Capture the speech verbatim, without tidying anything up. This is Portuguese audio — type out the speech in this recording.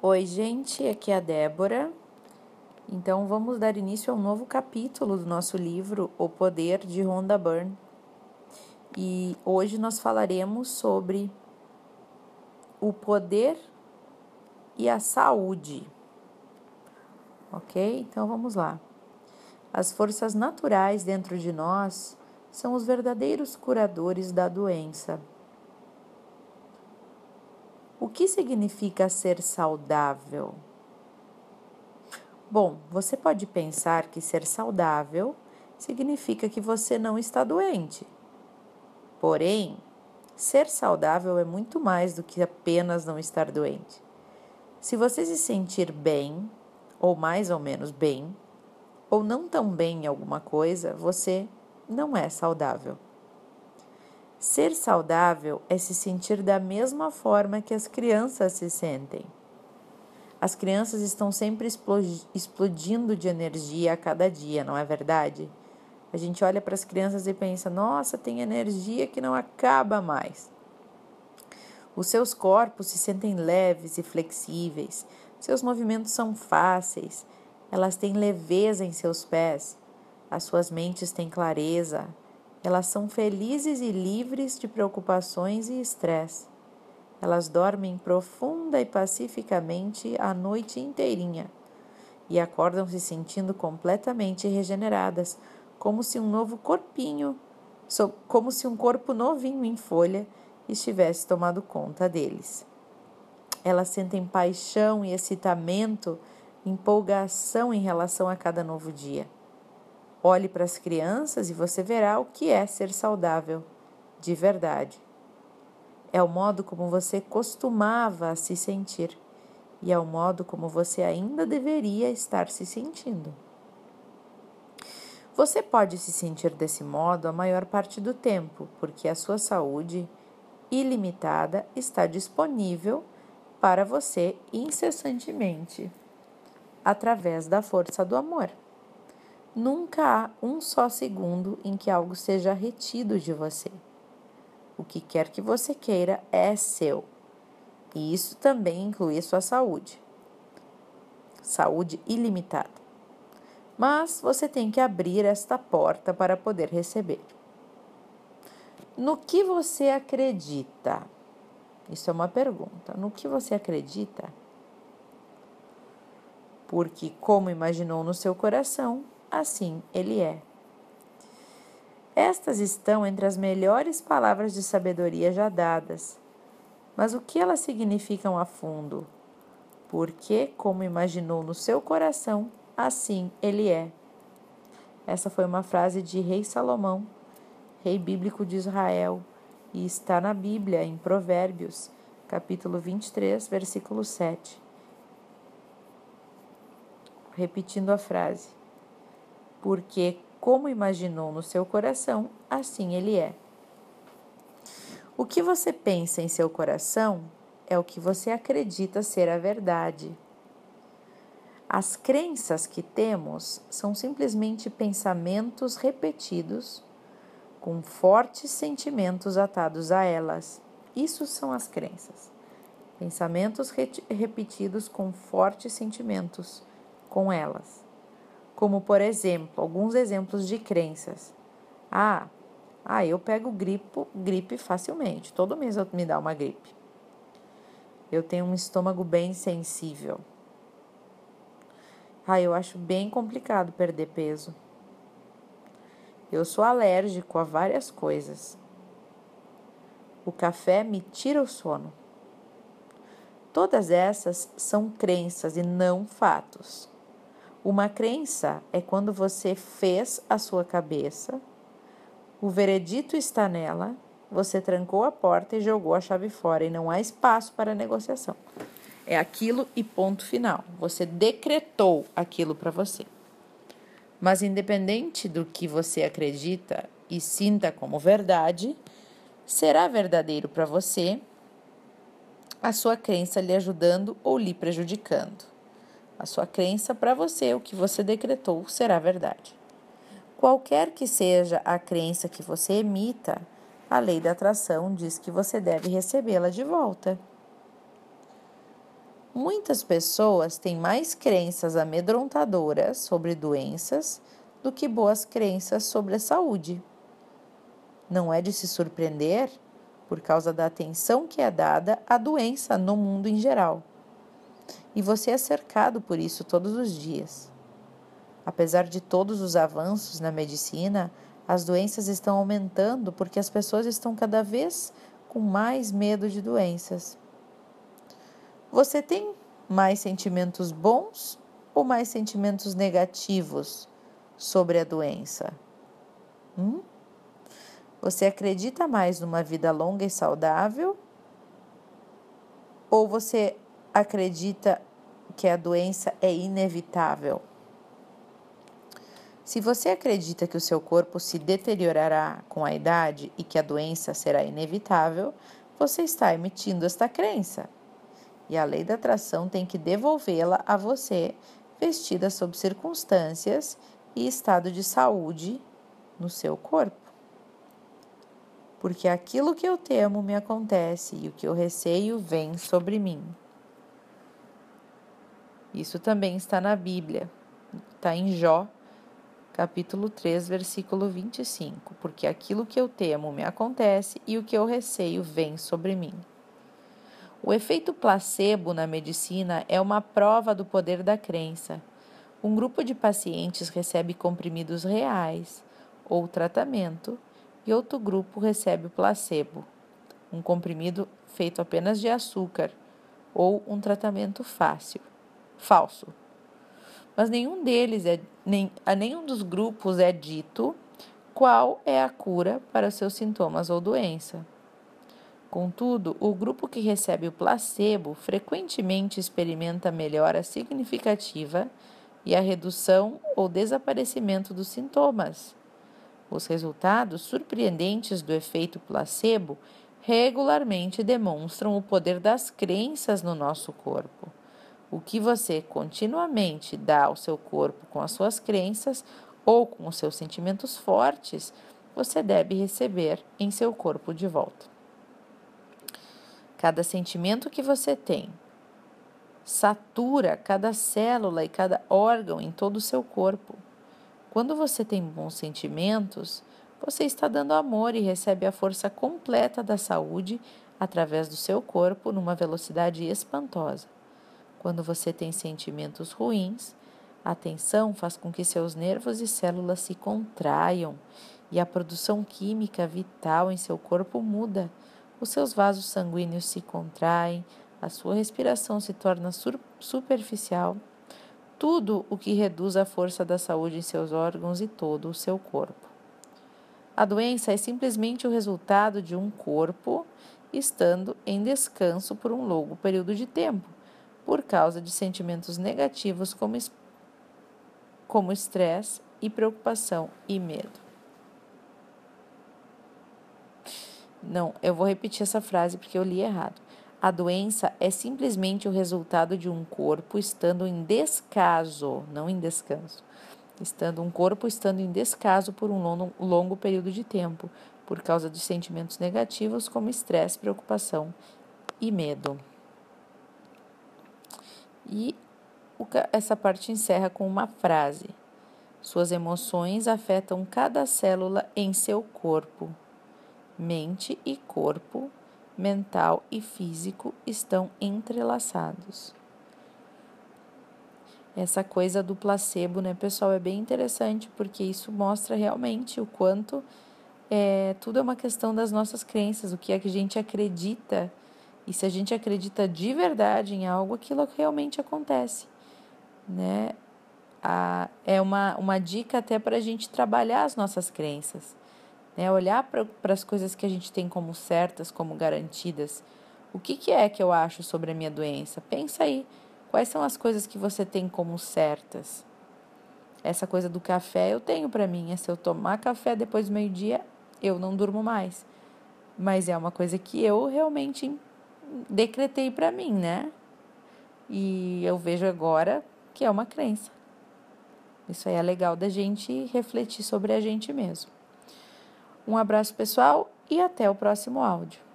Oi, gente, aqui é a Débora. Então, vamos dar início a um novo capítulo do nosso livro O Poder, de Rhonda Byrne. E hoje nós falaremos sobre o poder e a saúde. Ok? Então, vamos lá. As forças naturais dentro de nós são os verdadeiros curadores da doença. O que significa ser saudável? Bom, você pode pensar que ser saudável significa que você não está doente. Porém, ser saudável é muito mais do que apenas não estar doente. Se você se sentir bem, ou mais ou menos bem, ou não tão bem em alguma coisa, você não é saudável. Ser saudável é se sentir da mesma forma que as crianças se sentem. As crianças estão sempre explodindo de energia a cada dia, não é verdade? A gente olha para as crianças e pensa, nossa, tem energia que não acaba mais. Os seus corpos se sentem leves e flexíveis, seus movimentos são fáceis, elas têm leveza em seus pés, as suas mentes têm clareza, elas são felizes e livres de preocupações e estresse. Elas dormem profunda e pacificamente a noite inteirinha e acordam se sentindo completamente regeneradas, como se um novo corpinho, como se um corpo novinho em folha estivesse tomado conta deles. Elas sentem paixão e excitamento, empolgação em relação a cada novo dia. Olhe para as crianças e você verá o que é ser saudável, de verdade. É o modo como você costumava se sentir e é o modo como você ainda deveria estar se sentindo. Você pode se sentir desse modo a maior parte do tempo, porque a sua saúde ilimitada está disponível para você incessantemente, através da força do amor. Nunca há um só segundo em que algo seja retido de você. O que quer que você queira é seu. E isso também inclui a sua saúde. Saúde ilimitada. Mas você tem que abrir esta porta para poder receber. No que você acredita? Isso é uma pergunta. No que você acredita? Porque, como imaginou no seu coração, assim ele é. Estas estão entre as melhores palavras de sabedoria já dadas. Mas o que elas significam a fundo? Porque, como imaginou no seu coração, assim ele é. Essa foi uma frase de Rei Salomão, rei bíblico de Israel, e está na Bíblia, em Provérbios, capítulo vinte e três, versículo sete. Repetindo a frase. Porque, como imaginou no seu coração, assim ele é. O que você pensa em seu coração é o que você acredita ser a verdade. As crenças que temos são simplesmente pensamentos repetidos com fortes sentimentos atados a elas. Isso são as crenças. Pensamentos re- repetidos com fortes sentimentos com elas. Como, por exemplo, alguns exemplos de crenças. Ah, ah eu pego gripe, gripe facilmente. Todo mês me dá uma gripe. Eu tenho um estômago bem sensível. Ah, eu acho bem complicado perder peso. Eu sou alérgico a várias coisas. O café me tira o sono. Todas essas são crenças e não fatos. Uma crença é quando você fez a sua cabeça, o veredito está nela, você trancou a porta e jogou a chave fora e não há espaço para negociação. É aquilo e ponto final. Você decretou aquilo para você. Mas independente do que você acredita e sinta como verdade, será verdadeiro para você a sua crença lhe ajudando ou lhe prejudicando. A sua crença para você, o que você decretou, será verdade. Qualquer que seja a crença que você emita, a lei da atração diz que você deve recebê-la de volta. Muitas pessoas têm mais crenças amedrontadoras sobre doenças do que boas crenças sobre a saúde. Não é de se surpreender por causa da atenção que é dada à doença no mundo em geral. E você é cercado por isso todos os dias. Apesar de todos os avanços na medicina, as doenças estão aumentando porque as pessoas estão cada vez com mais medo de doenças. Você tem mais sentimentos bons ou mais sentimentos negativos sobre a doença? Hum? Você acredita mais numa vida longa e saudável? Ou você acredita que a doença é inevitável? Se você acredita que o seu corpo se deteriorará com a idade e que a doença será inevitável, você está emitindo esta crença. E a lei da atração tem que devolvê-la a você, vestida sob circunstâncias e estado de saúde no seu corpo. Porque aquilo que eu temo me acontece e o que eu receio vem sobre mim. Isso também está na Bíblia, está em Jó, capítulo três, versículo vinte e cinco. Porque aquilo que eu temo me acontece e o que eu receio vem sobre mim. O efeito placebo na medicina é uma prova do poder da crença. Um grupo de pacientes recebe comprimidos reais ou tratamento e outro grupo recebe o placebo, um comprimido feito apenas de açúcar ou um tratamento fácil, falso. Mas nenhum deles é, nem, a nenhum dos grupos é dito qual é a cura para seus sintomas ou doença. Contudo, o grupo que recebe o placebo frequentemente experimenta melhora significativa e a redução ou desaparecimento dos sintomas. Os resultados surpreendentes do efeito placebo regularmente demonstram o poder das crenças no nosso corpo. O que você continuamente dá ao seu corpo com as suas crenças ou com os seus sentimentos fortes, você deve receber em seu corpo de volta. Cada sentimento que você tem satura cada célula e cada órgão em todo o seu corpo. Quando você tem bons sentimentos, você está dando amor e recebe a força completa da saúde através do seu corpo numa velocidade espantosa. Quando você tem sentimentos ruins, a tensão faz com que seus nervos e células se contraiam e a produção química vital em seu corpo muda. Os seus vasos sanguíneos se contraem, a sua respiração se torna superficial. Tudo o que reduz a força da saúde em seus órgãos e todo o seu corpo. A doença é simplesmente o resultado de um corpo estando em descanso por um longo período de tempo, por causa de sentimentos negativos como, como estresse e preocupação e medo. Não, eu vou repetir essa frase porque eu li errado. A doença é simplesmente o resultado de um corpo estando em descaso, não em descanso. Estando um corpo estando em descaso por um longo, longo período de tempo, por causa de sentimentos negativos como estresse, preocupação e medo. E essa parte encerra com uma frase. Suas emoções afetam cada célula em seu corpo. Mente e corpo, mental e físico estão entrelaçados. Essa coisa do placebo, né, pessoal, é bem interessante, porque isso mostra realmente o quanto é, tudo é uma questão das nossas crenças, o que é que a gente acredita. E se a gente acredita de verdade em algo, aquilo realmente acontece, né? A, é uma, uma dica até para a gente trabalhar as nossas crenças. Né, olhar para as coisas que a gente tem como certas, como garantidas. O que, que é que eu acho sobre a minha doença? Pensa aí, quais são as coisas que você tem como certas? Essa coisa do café eu tenho para mim, é se eu tomar café depois do meio-dia, eu não durmo mais. Mas é uma coisa que eu realmente decretei para mim, né? E eu vejo agora que é uma crença. Isso aí é legal da gente refletir sobre a gente mesmo. Um abraço, pessoal, e até o próximo áudio.